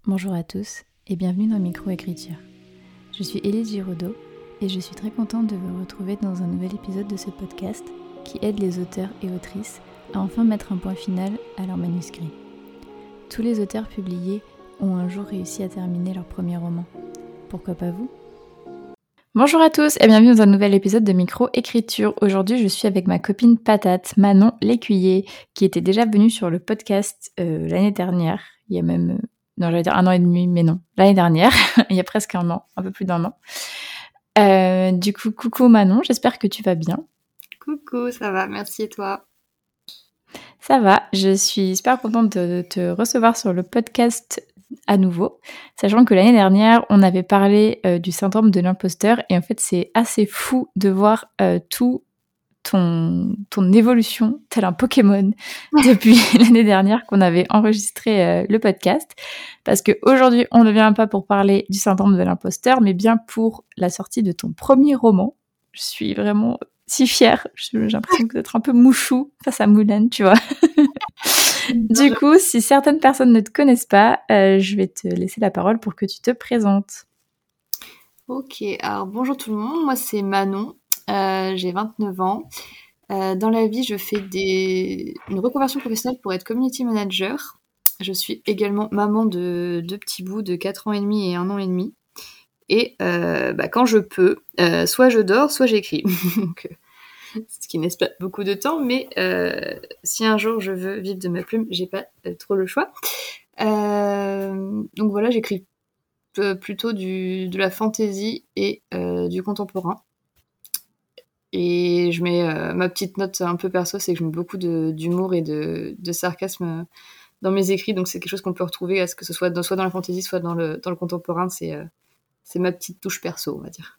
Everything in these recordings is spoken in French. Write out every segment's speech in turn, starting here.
Bonjour à tous et bienvenue dans Microécriture. Je suis Élise Giraudot et je suis très contente de vous retrouver dans un nouvel épisode de ce podcast qui aide les auteurs et autrices à enfin mettre un point final à leur manuscrit. Tous les auteurs publiés ont un jour réussi à terminer leur premier roman. Pourquoi pas vous ? Bonjour à tous et bienvenue dans un nouvel épisode de Microécriture. Aujourd'hui, je suis avec ma copine Patate, Manon Lécuyer, qui était déjà venue sur le podcast l'année dernière. Il y a même, j'allais dire 1 an et demi, mais non, l'année dernière, il y a presque 1 an, un peu plus d'1 an. Du coup, coucou Manon, j'espère que tu vas bien. Coucou, ça va, merci et toi ? Ça va, je suis super contente de te recevoir sur le podcast à nouveau, sachant que l'année dernière, on avait parlé du syndrome de l'imposteur et en fait, c'est assez fou de voir tout ton évolution, tel un Pokémon, depuis l'année dernière qu'on avait enregistré le podcast, parce qu'aujourd'hui, on ne vient pas pour parler du syndrome de l'imposteur, mais bien pour la sortie de ton premier roman. Je suis vraiment si fière, j'ai l'impression d'être un peu mouchou face à Moulin, tu vois. Du coup, si certaines personnes ne te connaissent pas, je vais te laisser la parole pour que tu te présentes. Ok, alors bonjour tout le monde, moi c'est Manon, j'ai 29 ans. Dans la vie, je fais une reconversion professionnelle pour être community manager. Je suis également maman de 2 petits bouts de 4 ans et demi et 1 an et demi. Et quand je peux, soit je dors, soit j'écris. Donc, ce qui n'est pas beaucoup de temps, mais si un jour je veux vivre de ma plume, j'ai pas trop le choix. Donc voilà, j'écris plutôt de la fantasy et du contemporain. Et je mets ma petite note un peu perso, c'est que je mets beaucoup d'humour et de sarcasme dans mes écrits, donc c'est quelque chose qu'on peut retrouver, à ce que ce soit soit dans la fantasy, soit dans le contemporain. C'est ma petite touche perso, on va dire.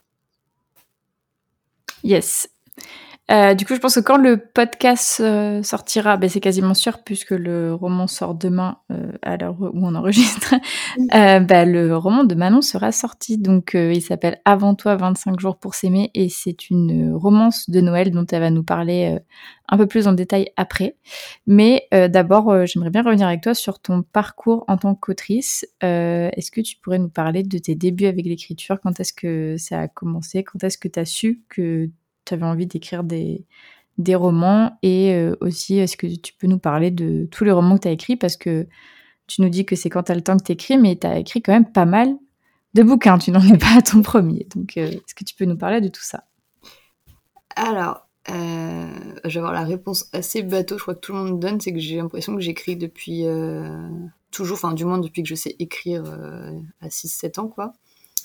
Yes. Du coup, je pense que quand le podcast sortira, c'est quasiment sûr puisque le roman sort demain à l'heure où on enregistre, le roman de Manon sera sorti. Donc, il s'appelle Avant toi, 25 jours pour s'aimer et c'est une romance de Noël dont elle va nous parler un peu plus en détail après. Mais d'abord, j'aimerais bien revenir avec toi sur ton parcours en tant qu'autrice. Est-ce que tu pourrais nous parler de tes débuts avec l'écriture ? Quand est-ce que ça a commencé ? Quand est-ce que tu as su que tu avais envie d'écrire des romans et aussi, est-ce que tu peux nous parler de tous les romans que tu as écrits ? Parce que tu nous dis que c'est quand tu as le temps que tu écris, mais tu as écrit quand même pas mal de bouquins. Tu n'en es pas à ton premier. Donc, est-ce que tu peux nous parler de tout ça ? Alors, je vais avoir la réponse assez bateau, je crois que tout le monde donne, c'est que j'ai l'impression que j'écris depuis toujours, enfin du moins depuis que je sais écrire à 6-7 ans, quoi.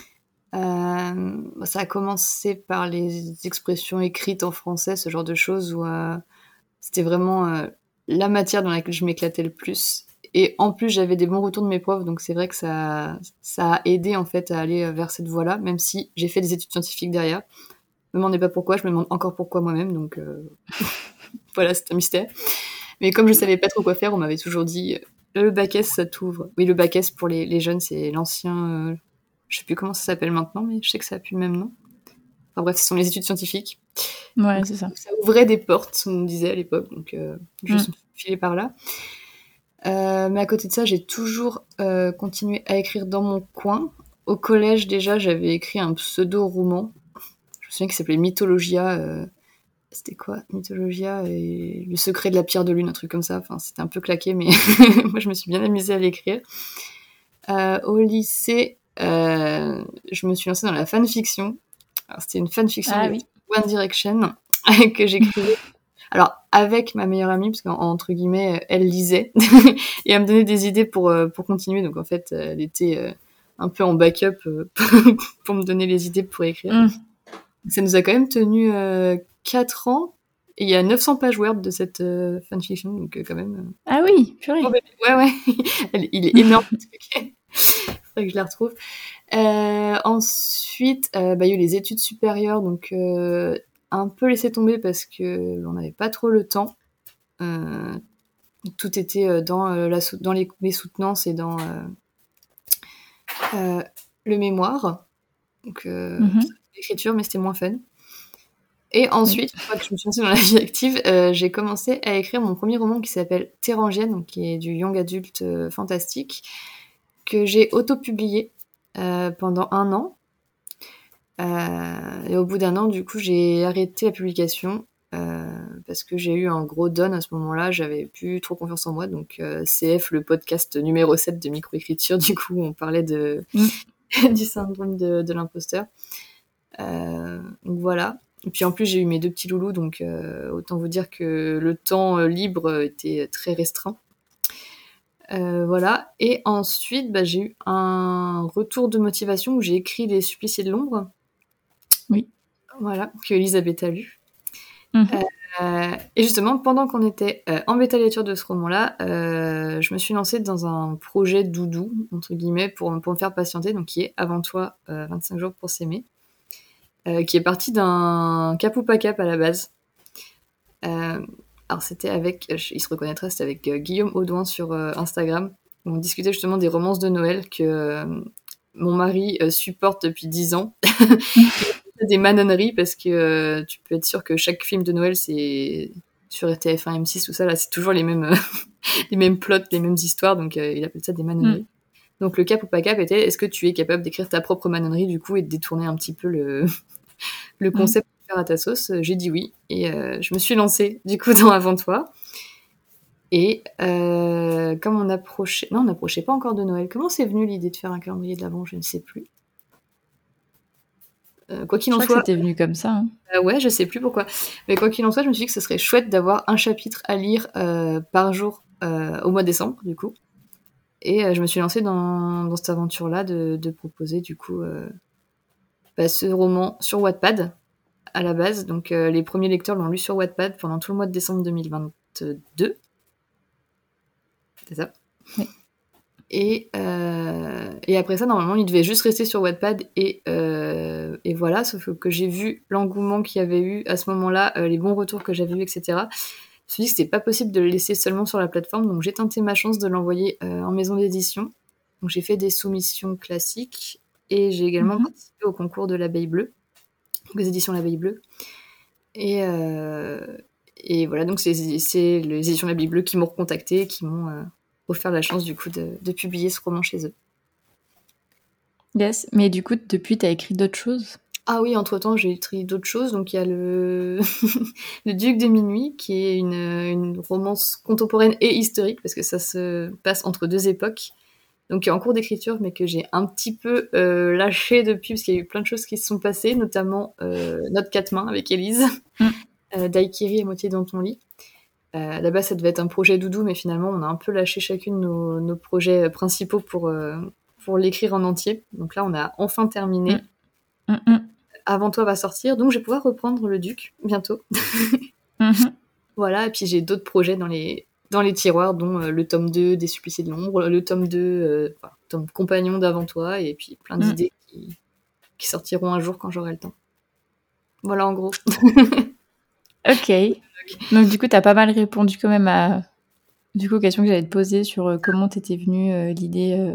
Ça a commencé par les expressions écrites en français, ce genre de choses, où c'était vraiment la matière dans laquelle je m'éclatais le plus. Et en plus, j'avais des bons retours de mes profs, donc c'est vrai que ça a aidé en fait à aller vers cette voie-là, même si j'ai fait des études scientifiques derrière. Je me demandais pas pourquoi, je me demande encore pourquoi moi-même, donc voilà, c'est un mystère. Mais comme je savais pas trop quoi faire, on m'avait toujours dit le bac S, ça t'ouvre. Oui, le bac S pour les jeunes, c'est l'ancien. Je sais plus comment ça s'appelle maintenant, mais je sais que ça a plus le même nom. Enfin bref, ce sont les études scientifiques. Ouais, Donc, c'est ça. ça ouvrait des portes, on me disait à l'époque, donc je suis filée par là. Mais à côté de ça, j'ai toujours continué à écrire dans mon coin. Au collège, déjà, j'avais écrit un pseudo-roman. Je me souviens qu'il s'appelait Mythologia. C'était quoi ? Mythologia et le secret de la pierre de lune, un truc comme ça. Enfin, c'était un peu claqué, mais moi, je me suis bien amusée à l'écrire. Au lycée, je me suis lancée dans la fanfiction. Alors, c'était une fanfiction de One Direction que j'écrivais. Alors, avec ma meilleure amie, parce qu'entre guillemets, elle lisait et elle me donnait des idées pour continuer. Donc, en fait, elle était un peu en backup pour me donner les idées pour écrire. Ça nous a quand même tenu 4 ans. Et il y a 900 pages Word de cette fanfiction, donc quand même... Ah oui, purée. Ouais. Il est énorme. Il faudrait que je la retrouve. Ensuite, il y a eu les études supérieures, donc un peu laissé tomber parce qu'on n'avait pas trop le temps. Tout était dans les soutenances et dans le mémoire. Donc, l'écriture, mais c'était moins fun. Et ensuite, une fois que je me suis lancée dans la vie active, j'ai commencé à écrire mon premier roman qui s'appelle Terrangienne, donc qui est du young adulte fantastique, que j'ai auto-publié pendant 1 an. Et au bout d'1 an, du coup, j'ai arrêté la publication parce que j'ai eu un gros down à ce moment-là. J'avais plus trop confiance en moi. Donc, CF, le podcast numéro 7 de microécriture, du coup, on parlait du syndrome de l'imposteur. Donc voilà. Et puis en plus, j'ai eu mes 2 petits loulous, donc autant vous dire que le temps libre était très restreint. Voilà. Et ensuite, j'ai eu un retour de motivation où j'ai écrit Les Suppliciés de l'ombre. Oui. Voilà, que Elisabeth a lu. Mhm. Et justement, pendant qu'on était en bêta-lecture de ce roman-là, je me suis lancée dans un projet doudou, entre guillemets, pour me faire patienter, donc qui est Avant toi, 25 jours pour s'aimer, qui est parti d'un cap ou pas cap à la base. Alors c'était avec, il se reconnaîtra, c'était avec Guillaume Audouin sur Instagram. On discutait justement des romances de Noël que mon mari supporte depuis 10 ans. Des manonneries parce que tu peux être sûr que chaque film de Noël, c'est sur TF1, M6, tout ça, là, c'est toujours les mêmes, les mêmes plots, les mêmes histoires, donc il appelle ça des manonneries. Donc le cap ou pas cap était, est-ce que tu es capable d'écrire ta propre manonnerie du coup et de détourner un petit peu le concept de faire à ta sauce? J'ai dit oui et je me suis lancée du coup dans Avant toi. Et comme on approchait pas encore de Noël. Comment c'est venu l'idée de faire un calendrier de l'Avent? Je ne sais plus. Quoi qu'il en Je crois soit, que c'était venu comme ça. Hein. ouais, je sais plus pourquoi. Mais quoi qu'il en soit, je me suis dit que ce serait chouette d'avoir un chapitre à lire par jour au mois de décembre, du coup. Et je me suis lancée dans cette aventure-là de proposer, du coup, ce roman sur Wattpad, à la base. Donc, les premiers lecteurs l'ont lu sur Wattpad pendant tout le mois de décembre 2022. C'est ça. Oui. Et après ça, normalement, il devait juste rester sur Wattpad et voilà. Sauf que j'ai vu l'engouement qu'il y avait eu à ce moment-là, les bons retours que j'avais eu, etc. Je me suis dit que c'était pas possible de le laisser seulement sur la plateforme, donc j'ai tenté ma chance de l'envoyer en maison d'édition. Donc j'ai fait des soumissions classiques et j'ai également participé au concours de l'Abeille Bleue, donc les éditions l'Abeille Bleue. Et voilà, donc c'est les éditions l'Abeille Bleue qui m'ont recontacté, qui m'ont offert la chance du coup de publier ce roman chez eux. Yes, mais du coup, depuis, t'as écrit d'autres choses? Ah oui, entre-temps, j'ai écrit d'autres choses. Donc il y a le Duc de Minuit, qui est une romance contemporaine et historique, parce que ça se passe entre 2 époques. Donc qui est en cours d'écriture, mais que j'ai un petit peu lâché depuis, parce qu'il y a eu plein de choses qui se sont passées, notamment Notre quatre mains avec Élise, Daikiri et Moitié dans ton lit. Là-bas, ça devait être un projet doudou, mais finalement, on a un peu lâché chacune nos projets principaux pour l'écrire en entier. Donc là, on a enfin terminé. Avant toi va sortir, donc je vais pouvoir reprendre le Duc bientôt. Voilà, et puis j'ai d'autres projets dans les tiroirs, dont le tome 2 des Suppliciés de l'ombre, le tome 2, tome compagnon d'Avant toi, et puis plein d'idées qui sortiront un jour quand j'aurai le temps. Voilà en gros. Ok. Donc du coup, t'as pas mal répondu quand même à aux questions que j'allais te poser sur comment t'étais venue l'idée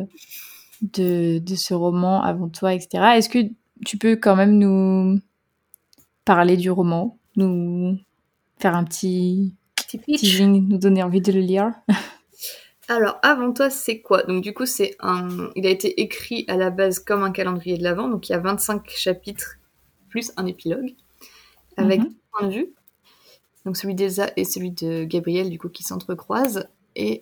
de ce roman Avant toi, etc. Est-ce que tu peux quand même nous parler du roman, nous faire un petit teasing, nous donner envie de le lire? Alors, Avant toi, c'est quoi? Donc du coup, il a été écrit à la base comme un calendrier de l'Avent, donc il y a 25 chapitres plus un épilogue, avec 2 points de vue. Donc celui d'Elsa et celui de Gabriel, du coup, qui s'entrecroisent. Et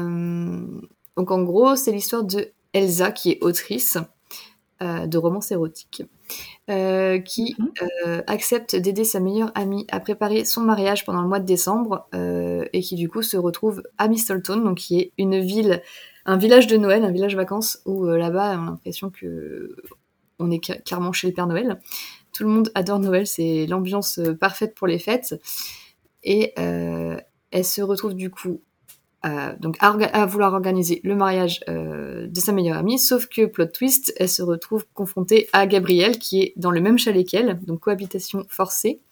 donc en gros, c'est l'histoire de Elsa, qui est autrice de romances érotiques, qui accepte d'aider sa meilleure amie à préparer son mariage pendant le mois de décembre, et qui du coup se retrouve à Mistletoe, donc qui est un village de Noël, un village vacances, où là-bas on a l'impression que on est carrément chez le Père Noël. Tout le monde adore Noël, c'est l'ambiance parfaite pour les fêtes. Et elle se retrouve du coup donc à vouloir organiser le mariage de sa meilleure amie, sauf que, plot twist, elle se retrouve confrontée à Gabriel, qui est dans le même chalet qu'elle, donc cohabitation forcée.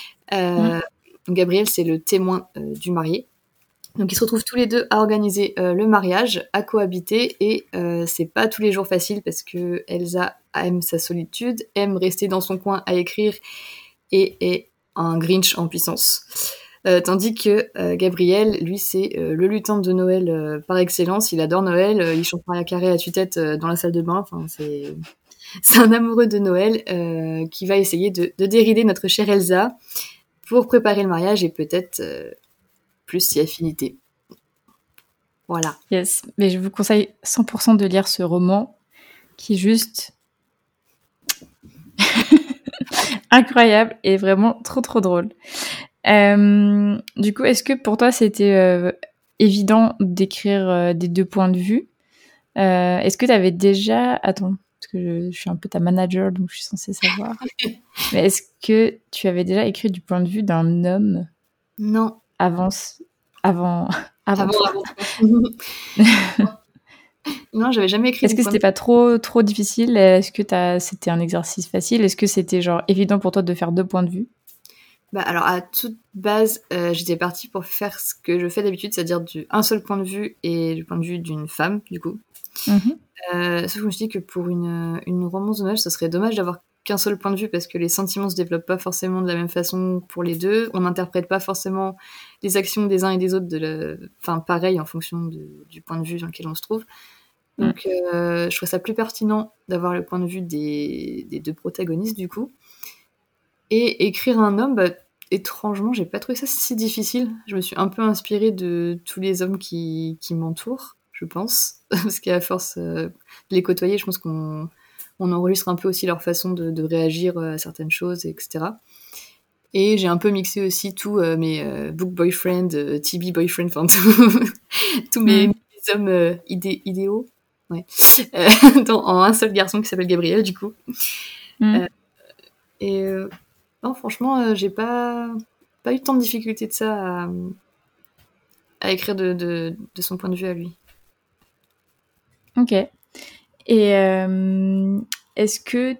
Gabriel, c'est le témoin du marié. Donc ils se retrouvent tous les deux à organiser le mariage, à cohabiter, et c'est pas tous les jours facile, parce que Elsa aime sa solitude, aime rester dans son coin à écrire, et est un Grinch en puissance. Tandis que Gabriel, lui, c'est le lutin de Noël par excellence. Il adore Noël, il chante Mariah Carey à tue-tête dans la salle de bain. Enfin, c'est un amoureux de Noël qui va essayer de dérider notre chère Elsa pour préparer le mariage et peut-être plus si affinité. Voilà. Yes, mais je vous conseille 100% de lire ce roman qui est juste incroyable et vraiment trop trop drôle. Du coup, est-ce que pour toi c'était évident d'écrire des deux points de vue? Est-ce que tu avais déjà... Attends, parce que je suis un peu ta manager, donc je suis censée savoir. Mais est-ce que tu avais déjà écrit du point de vue d'un homme? Non. Avant toi. Non, j'avais jamais écrit. Est-ce que c'était pas trop difficile? Est-ce que c'était un exercice facile? Est-ce que c'était genre évident pour toi de faire deux points de vue? Bah alors à toute base, j'étais partie pour faire ce que je fais d'habitude, c'est-à-dire un seul point de vue et du point de vue d'une femme, du coup. Sauf que je me suis dit que pour une romance de Noël, ça serait dommage d'avoir qu'un seul point de vue parce que les sentiments se développent pas forcément de la même façon pour les deux. On n'interprète pas forcément les actions des uns et des autres pareil en fonction du point de vue dans lequel on se trouve. Donc je trouve ça plus pertinent d'avoir le point de vue des deux protagonistes du coup. Et écrire un homme, étrangement, j'ai pas trouvé ça si difficile. Je me suis un peu inspirée de tous les hommes qui m'entourent, je pense. Parce qu'à force de les côtoyer, je pense qu'on enregistre un peu aussi leur façon de réagir à certaines choses, etc. Et j'ai un peu mixé aussi tous mes book boyfriend, TB boyfriend, enfin tous mes hommes idéaux, ouais. En un seul garçon qui s'appelle Gabriel, du coup. Non, franchement, j'ai pas eu tant de difficultés de ça à écrire de son point de vue à lui. Ok. Et est-ce que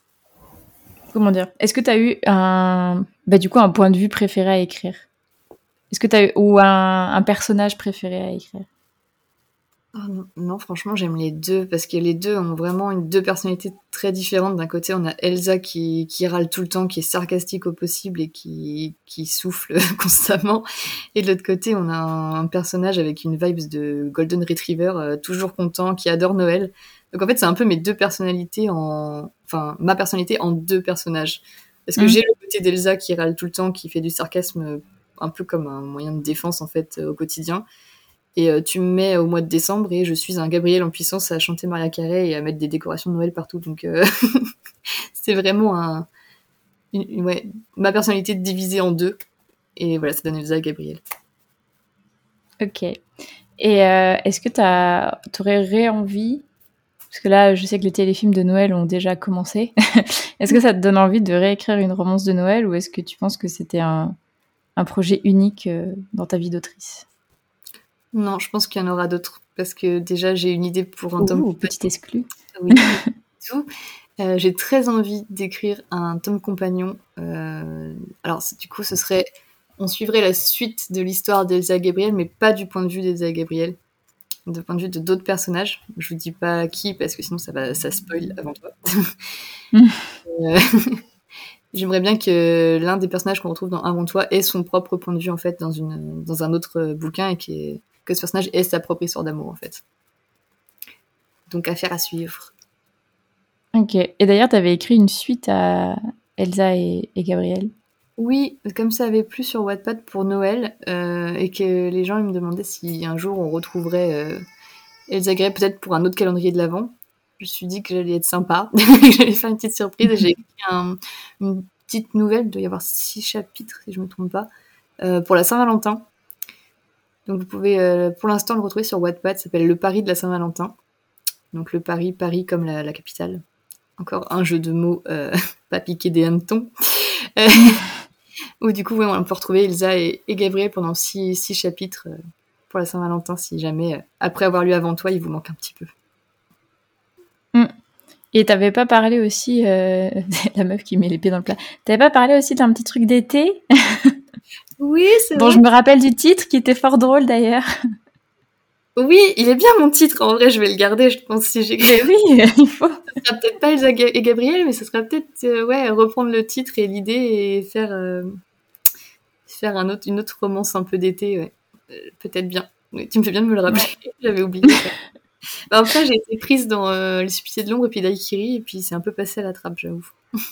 tu as eu un point de vue préféré à écrire? Est-ce que tu as eu ou un personnage préféré à écrire? Oh, non, franchement, j'aime les deux parce que les deux ont vraiment deux personnalités très différentes. D'un côté, on a Elsa qui râle tout le temps, qui est sarcastique au possible et qui souffle constamment. Et de l'autre côté, on a un personnage avec une vibe de Golden Retriever, toujours content, qui adore Noël. Donc en fait, c'est un peu mes deux personnalités ma personnalité en deux personnages. Parce que j'ai le côté d'Elsa qui râle tout le temps, qui fait du sarcasme un peu comme un moyen de défense en fait au quotidien. Et tu me mets au mois de décembre et je suis un Gabriel en puissance à chanter Mariah Carey et à mettre des décorations de Noël partout. Donc c'est vraiment ma personnalité divisée en deux. Et voilà, ça donne Elsa et Gabriel. Ok. Et est-ce que t'aurais réenvie, parce que là, je sais que les téléfilms de Noël ont déjà commencé. Est-ce que ça te donne envie de réécrire une romance de Noël ou est-ce que tu penses que c'était un projet unique dans ta vie d'autrice? Non, je pense qu'il y en aura d'autres. Parce que déjà, j'ai une idée pour un tome. Petit exclu. Oui, tout. J'ai très envie d'écrire un tome compagnon. Alors, du coup, on suivrait la suite de l'histoire d'Elsa et Gabriel, mais pas du point de vue d'Elsa et Gabriel, du point de vue de d'autres personnages. Je vous dis pas qui, parce que sinon ça spoil avant toi. J'aimerais bien que l'un des personnages qu'on retrouve dans Avant toi ait son propre point de vue en fait dans un autre bouquin et que ce personnage ait sa propre histoire d'amour en fait. Donc affaire à suivre. Ok. Et d'ailleurs, tu avais écrit une suite à Elsa et Gabriel. Oui, comme ça avait plu sur Wattpad pour Noël et que les gens ils me demandaient si un jour on retrouverait Elsa et Gabriel peut-être pour un autre calendrier de l'Avent. Je me suis dit que j'allais être sympa, que j'allais faire une petite surprise et j'ai écrit une petite nouvelle, il doit y avoir 6 chapitres si je me trompe pas, pour la Saint-Valentin. Donc vous pouvez pour l'instant le retrouver sur Wattpad, ça s'appelle Le Paris de la Saint-Valentin. Donc le Paris comme la capitale. Encore un jeu de mots pas piqué des hannetons. Où du coup on peut retrouver Elsa et Gabriel pendant 6 chapitres pour la Saint-Valentin si jamais après avoir lu Avant toi il vous manque un petit peu. Et t'avais pas parlé aussi la meuf qui met les pieds dans le plat. T'avais pas parlé aussi d'un petit truc d'été? Oui, c'est dont vrai. Je me rappelle du titre qui était fort drôle d'ailleurs. Oui, il est bien mon titre. En vrai, je vais le garder. Je pense si j'écris. Oui, il faut. Ça sera peut-être pas Elsa et Gabriel, mais ça sera peut-être reprendre le titre et l'idée et faire faire une autre romance un peu d'été, ouais. Peut-être bien. Oui, tu me fais bien de me le rappeler. J'avais oublié ça. Après, j'ai été prise dans Les Suppliciés de l'ombre et puis Daikiri, et puis c'est un peu passé à la trappe, j'avoue.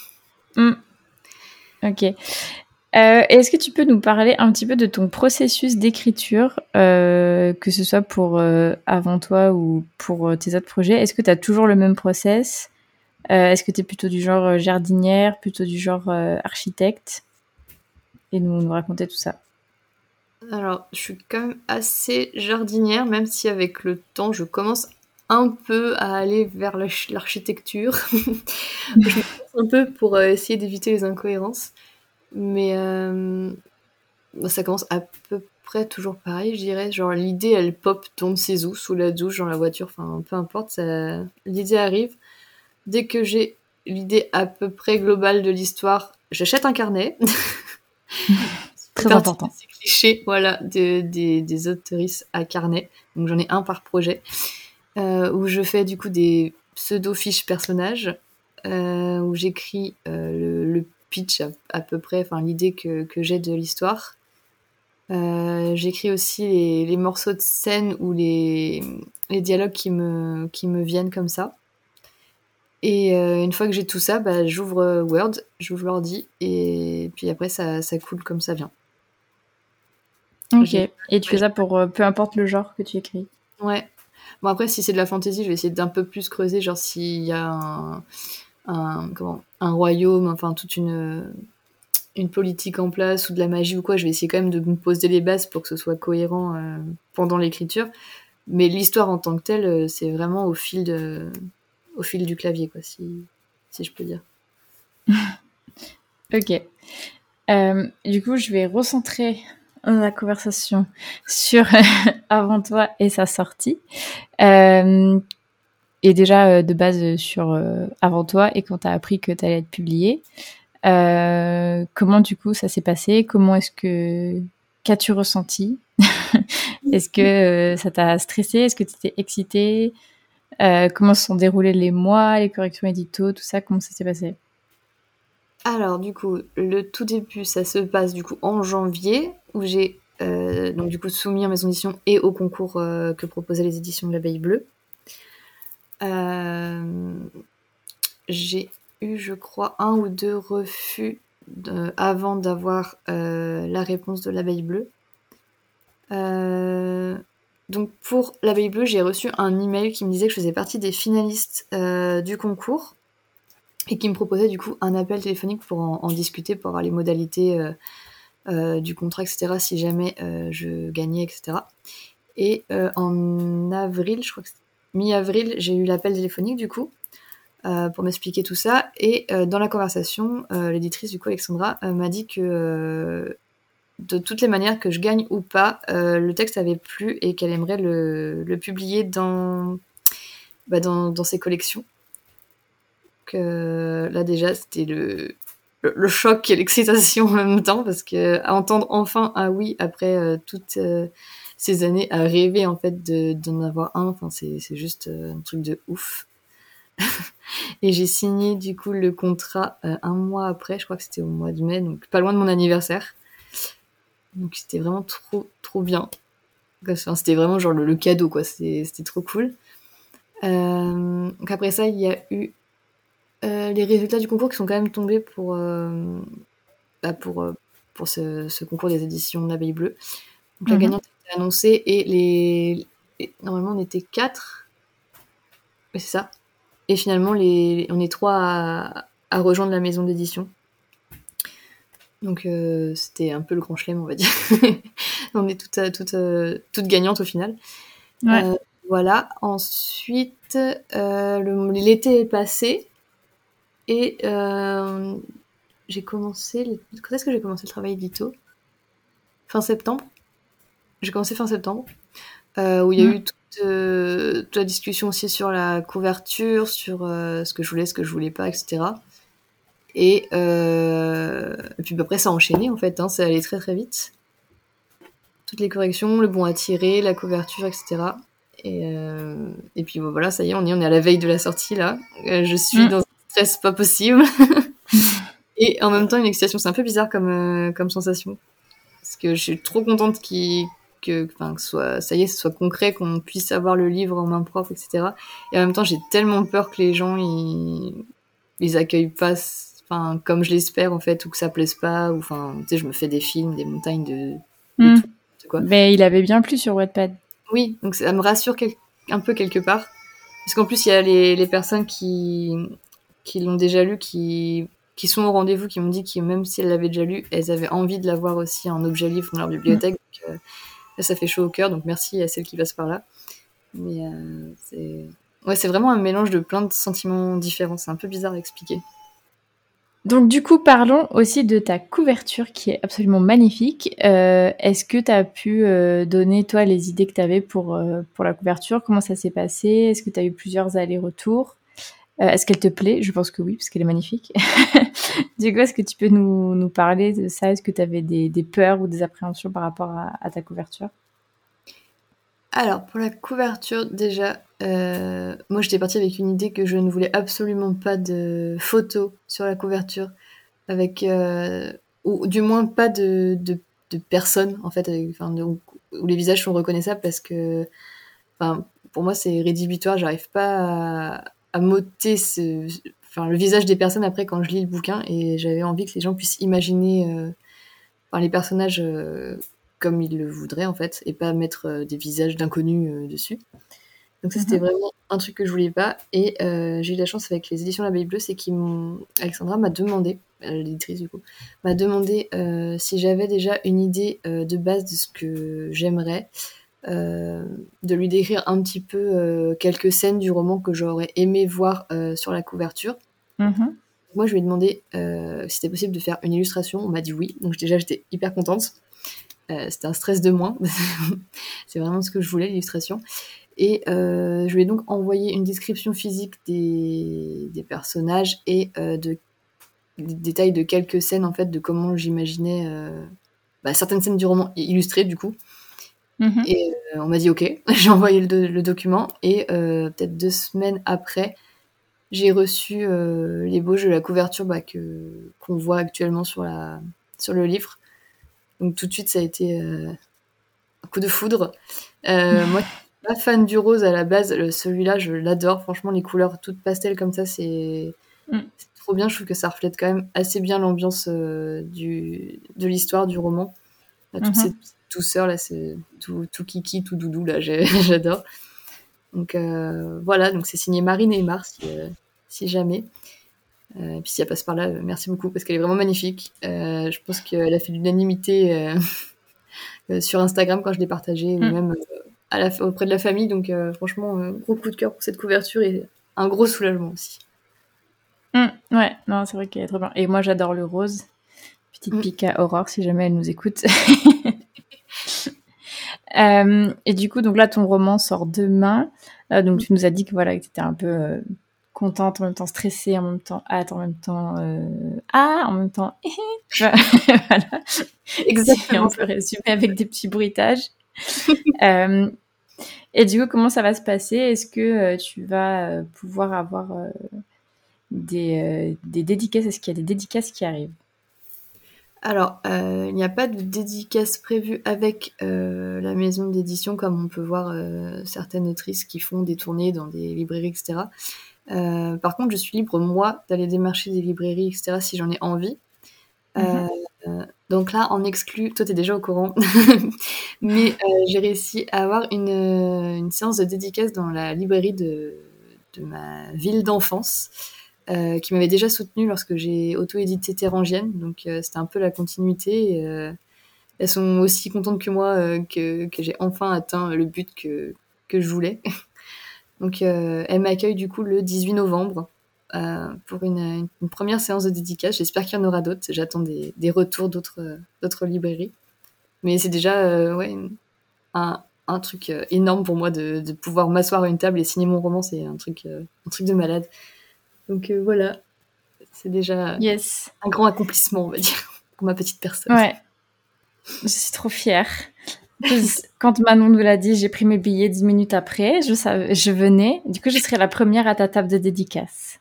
Ok. Est-ce que tu peux nous parler un petit peu de ton processus d'écriture, que ce soit pour Avant toi ou pour tes autres projets? Est-ce que tu as toujours le même process? Est-ce que tu es plutôt du genre jardinière, plutôt du genre architecte? Et nous raconter tout ça. Alors, je suis quand même assez jardinière, même si avec le temps, je commence un peu à aller vers l'architecture. Je me force un peu pour essayer d'éviter les incohérences. Mais ça commence à peu près toujours pareil, je dirais. Genre, l'idée, elle pop, tombe sait où, sous la douche, dans la voiture, enfin, peu importe. L'idée arrive. Dès que j'ai l'idée à peu près globale de l'histoire, j'achète un carnet. Très important. Ces clichés, voilà, des autrices à carnet. Donc j'en ai un par projet, où je fais du coup des pseudo-fiches personnages, où j'écris le pitch à peu près, enfin l'idée que j'ai de l'histoire. J'écris aussi les morceaux de scène ou les dialogues qui me viennent comme ça. Et une fois que j'ai tout ça, bah, j'ouvre Word, j'ouvre l'ordi, et puis après ça coule comme ça vient. Ok. Et tu fais ça pour peu importe le genre que tu écris? Ouais. Bon, après, si c'est de la fantasy, je vais essayer d'un peu plus creuser, genre s'il y a un royaume, enfin toute une politique en place ou de la magie ou quoi, je vais essayer quand même de me poser les bases pour que ce soit cohérent pendant l'écriture. Mais l'histoire en tant que telle, c'est vraiment au fil du clavier, quoi, si je peux dire. Ok. Du coup, je vais recentrer la conversation sur Avant toi et sa sortie. Et déjà, de base, sur Avant toi et quand tu as appris que tu allais être publié. Comment, du coup, ça s'est passé? Qu'as-tu ressenti? Est-ce que ça t'a stressé? Est-ce que tu étais excitée? Comment se sont déroulés les mois, les corrections édito, tout ça? Comment ça s'est passé? Alors, du coup, le tout début, ça se passe du coup en janvier, où j'ai donc du coup soumis en maison d'édition et au concours que proposaient les éditions de l'Abeille Bleue. J'ai eu, je crois, 1 ou 2 refus avant d'avoir la réponse de l'Abeille Bleue. Donc pour l'Abeille Bleue, j'ai reçu un email qui me disait que je faisais partie des finalistes du concours et qui me proposait du coup un appel téléphonique pour en discuter, pour avoir les modalités du contrat, etc., si jamais je gagnais, etc. Et en avril, je crois que c'est mi-avril, j'ai eu l'appel téléphonique du coup pour m'expliquer tout ça. Et dans la conversation, l'éditrice du coup, Alexandra, m'a dit que de toutes les manières, que je gagne ou pas, le texte avait plu et qu'elle aimerait le publier dans ses collections. Que là déjà, c'était le choc et l'excitation en même temps, parce que à entendre enfin un oui après toutes ces années à rêver en fait d'en avoir un, enfin c'est juste un truc de ouf. Et j'ai signé du coup le contrat un mois après, je crois que c'était au mois de mai, donc pas loin de mon anniversaire. Donc c'était vraiment trop bien. Enfin, c'était vraiment genre le cadeau, quoi. C'était trop cool. Donc après ça, il y a eu les résultats du concours qui sont quand même tombés pour ce concours des éditions de l'Abeille Bleue. Donc la gagnante a été annoncée et normalement on était 4. C'est ça. Et finalement, on est 3 à rejoindre la maison d'édition. Donc c'était un peu le grand chelem, on va dire. On est toutes gagnantes au final. Ouais. Voilà. Ensuite, l'été est passé et j'ai commencé. Quand est-ce que j'ai commencé le travail édito? Fin septembre. J'ai commencé fin septembre, où il y a eu toute la discussion aussi sur la couverture, sur ce que je voulais, ce que je voulais pas, etc. Et puis après, ça a enchaîné en fait, hein, ça allait très très vite. Toutes les corrections, le bon à tirer, la couverture, etc. Et puis voilà, ça y est, on est à la veille de la sortie là. Je suis dans un stress pas possible. Et en même temps, une excitation, c'est un peu bizarre comme sensation. parce que je suis trop contente que ça y est, ce soit concret, qu'on puisse avoir le livre en main propre, etc. Et en même temps, j'ai tellement peur que les gens ils accueillent pas, comme je l'espère en fait, ou que ça plaise pas, ou tu sais, je me fais des films, des montagnes de tout, quoi. Mais il avait bien plu sur Wattpad. Oui, donc ça me rassure un peu quelque part, parce qu'en plus il y a les personnes qui l'ont déjà lu, qui sont au rendez-vous, qui m'ont dit que même si elles l'avaient déjà lu, elles avaient envie de l'avoir aussi en objet livre dans leur bibliothèque. Donc, là, ça fait chaud au cœur, donc merci à celles qui passent par là. Mais c'est vraiment un mélange de plein de sentiments différents. C'est un peu bizarre à expliquer. Donc du coup, parlons aussi de ta couverture qui est absolument magnifique. Est-ce que tu as pu donner, toi, les idées que tu avais pour la couverture? Comment ça s'est passé? Est-ce que tu as eu plusieurs allers-retours? Est-ce qu'elle te plaît? Je pense que oui, parce qu'elle est magnifique. Du coup, est-ce que tu peux nous parler de ça? Est-ce que tu avais des peurs ou des appréhensions par rapport à ta couverture? Alors, pour la couverture, déjà, moi j'étais partie avec une idée que je ne voulais absolument pas de photos sur la couverture, ou du moins pas de personnes, en fait, où les visages sont reconnaissables, parce que pour moi c'est rédhibitoire, j'arrive pas à m'ôter le visage des personnes après quand je lis le bouquin, et j'avais envie que les gens puissent imaginer les personnages comme ils le voudraient en fait, et pas mettre des visages d'inconnus dessus. Donc ça c'était vraiment un truc que je voulais pas, et j'ai eu la chance avec les éditions La L'Abeille Bleue, c'est Alexandra m'a demandé, l'éditrice du coup, m'a demandé si j'avais déjà une idée de base de ce que j'aimerais, de lui décrire un petit peu quelques scènes du roman que j'aurais aimé voir sur la couverture. Moi, je lui ai demandé si c'était possible de faire une illustration. On m'a dit oui. Donc j'étais hyper contente. C'était un stress de moins. C'est vraiment ce que je voulais, l'illustration. Et je lui ai donc envoyé une description physique des personnages et des détails de quelques scènes, en fait, de comment j'imaginais certaines scènes du roman illustrées, du coup. Et on m'a dit ok. J'ai envoyé le document, et peut-être 2 semaines après, j'ai reçu l'ébauche de la couverture qu'on voit actuellement sur le livre. Donc tout de suite, ça a été un coup de foudre. Moi, je suis pas fan du rose à la base. Celui-là, je l'adore. Franchement, les couleurs toutes pastel comme ça, c'est trop bien. Je trouve que ça reflète quand même assez bien l'ambiance de l'histoire du roman. Toute cette douceur là, c'est tout kiki, tout doudou là, j'adore. Donc voilà, donc c'est signé Marine Aymar, si jamais. Et puis si elle passe par là, merci beaucoup, parce qu'elle est vraiment magnifique. Je pense qu'elle a fait l'unanimité sur Instagram quand je l'ai partagée, ou même auprès de la famille. Donc franchement, gros coup de cœur pour cette couverture, et un gros soulagement aussi. Ouais, non, c'est vrai qu'elle est trop bien. Et moi, j'adore le rose. Petite pique à Aurore, si jamais elle nous écoute. Et du coup, donc là, ton roman sort demain. Donc tu nous as dit que voilà, que tu étais un peu contente, en même temps stressée, en même temps hâte, en même temps en même temps voilà. Exactement. On peut résumer avec des petits bruitages. Et du coup, comment ça va se passer? Est-ce que tu vas pouvoir avoir des dédicaces? Est-ce qu'il y a des dédicaces qui arrivent? Alors, il n'y a pas de dédicace prévue avec la maison d'édition, comme on peut voir certaines autrices qui font des tournées dans des librairies, etc. Par contre, je suis libre, moi, d'aller démarcher des librairies, etc., si j'en ai envie. Donc là, en exclu, toi, t'es déjà au courant, mais j'ai réussi à avoir une séance de dédicace dans la librairie de ma ville d'enfance, qui m'avait déjà soutenue lorsque j'ai auto-édité Terrangienne. Donc c'était un peu la continuité. Et, elles sont aussi contentes que moi que j'ai enfin atteint le but que je voulais. Donc elles m'accueillent du coup le 18 novembre pour une première séance de dédicace. J'espère qu'il y en aura d'autres. J'attends des retours d'autres librairies. Mais c'est déjà un truc énorme pour moi de pouvoir m'asseoir à une table et signer mon roman. C'est un truc de malade. Donc voilà, c'est déjà un grand accomplissement, on va dire, pour ma petite personne. Ouais, je suis trop fière. Quand Manon nous l'a dit, j'ai pris mes billets 10 minutes après. Je venais. Du coup, je serai la première à ta table de dédicace.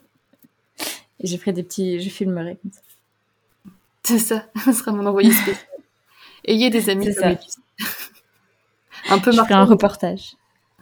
Et je filmerai comme ça. C'est ça, ce sera mon envoyé spécial. Ayez des amis C'est comme ça. Épice. Un peu Je ferai marquant. un reportage.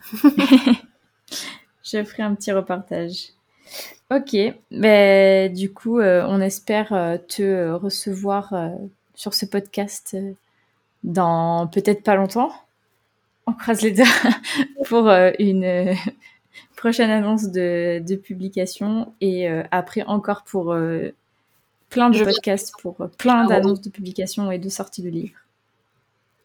Je ferai un petit reportage. Ok, ben, du coup, on espère te recevoir sur ce podcast dans peut-être pas longtemps. On croise les doigts pour une prochaine annonce de publication et après encore pour plein de Je viens podcasts, pour plein j'ai un d'annonces de publication et de sorties de livres. Comment ?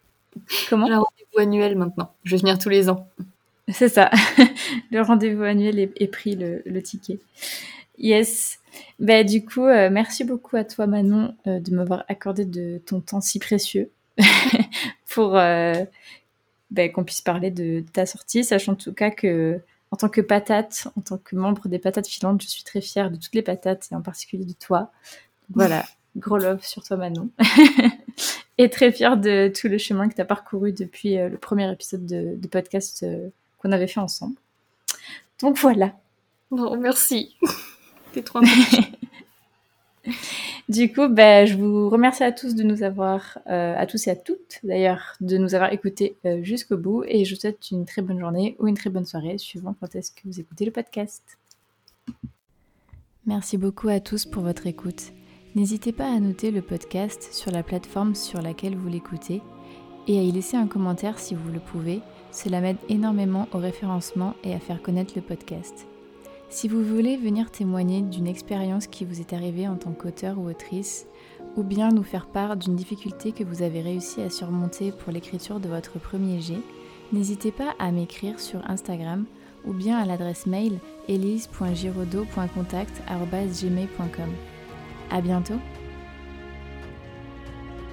rendez-vous annuel maintenant. Je vais venir tous les ans. C'est ça. Le rendez-vous annuel est pris, le ticket. Yes. Ben, du coup, merci beaucoup à toi, Manon, de m'avoir accordé de ton temps si précieux pour qu'on puisse parler de ta sortie, sachant en tout cas que, en tant que patate, en tant que membre des Patates Filantes, je suis très fière de toutes les patates et en particulier de toi. Donc, voilà, gros love sur toi, Manon. Et très fière de tout le chemin que tu as parcouru depuis le premier épisode de podcast qu'on avait fait ensemble. Donc voilà. Non, merci. T'es trop important. Du coup, je vous remercie à tous de nous avoir, à tous et à toutes d'ailleurs, de nous avoir écoutés jusqu'au bout et je vous souhaite une très bonne journée ou une très bonne soirée, suivant quand est-ce que vous écoutez le podcast. Merci beaucoup à tous pour votre écoute. N'hésitez pas à noter le podcast sur la plateforme sur laquelle vous l'écoutez et à y laisser un commentaire si vous le pouvez. Cela m'aide énormément au référencement et à faire connaître le podcast. Si vous voulez venir témoigner d'une expérience qui vous est arrivée en tant qu'auteur ou autrice, ou bien nous faire part d'une difficulté que vous avez réussi à surmonter pour l'écriture de votre premier jet, n'hésitez pas à m'écrire sur Instagram ou bien à l'adresse mail elise.giraudot.contact@gmail.com. À bientôt!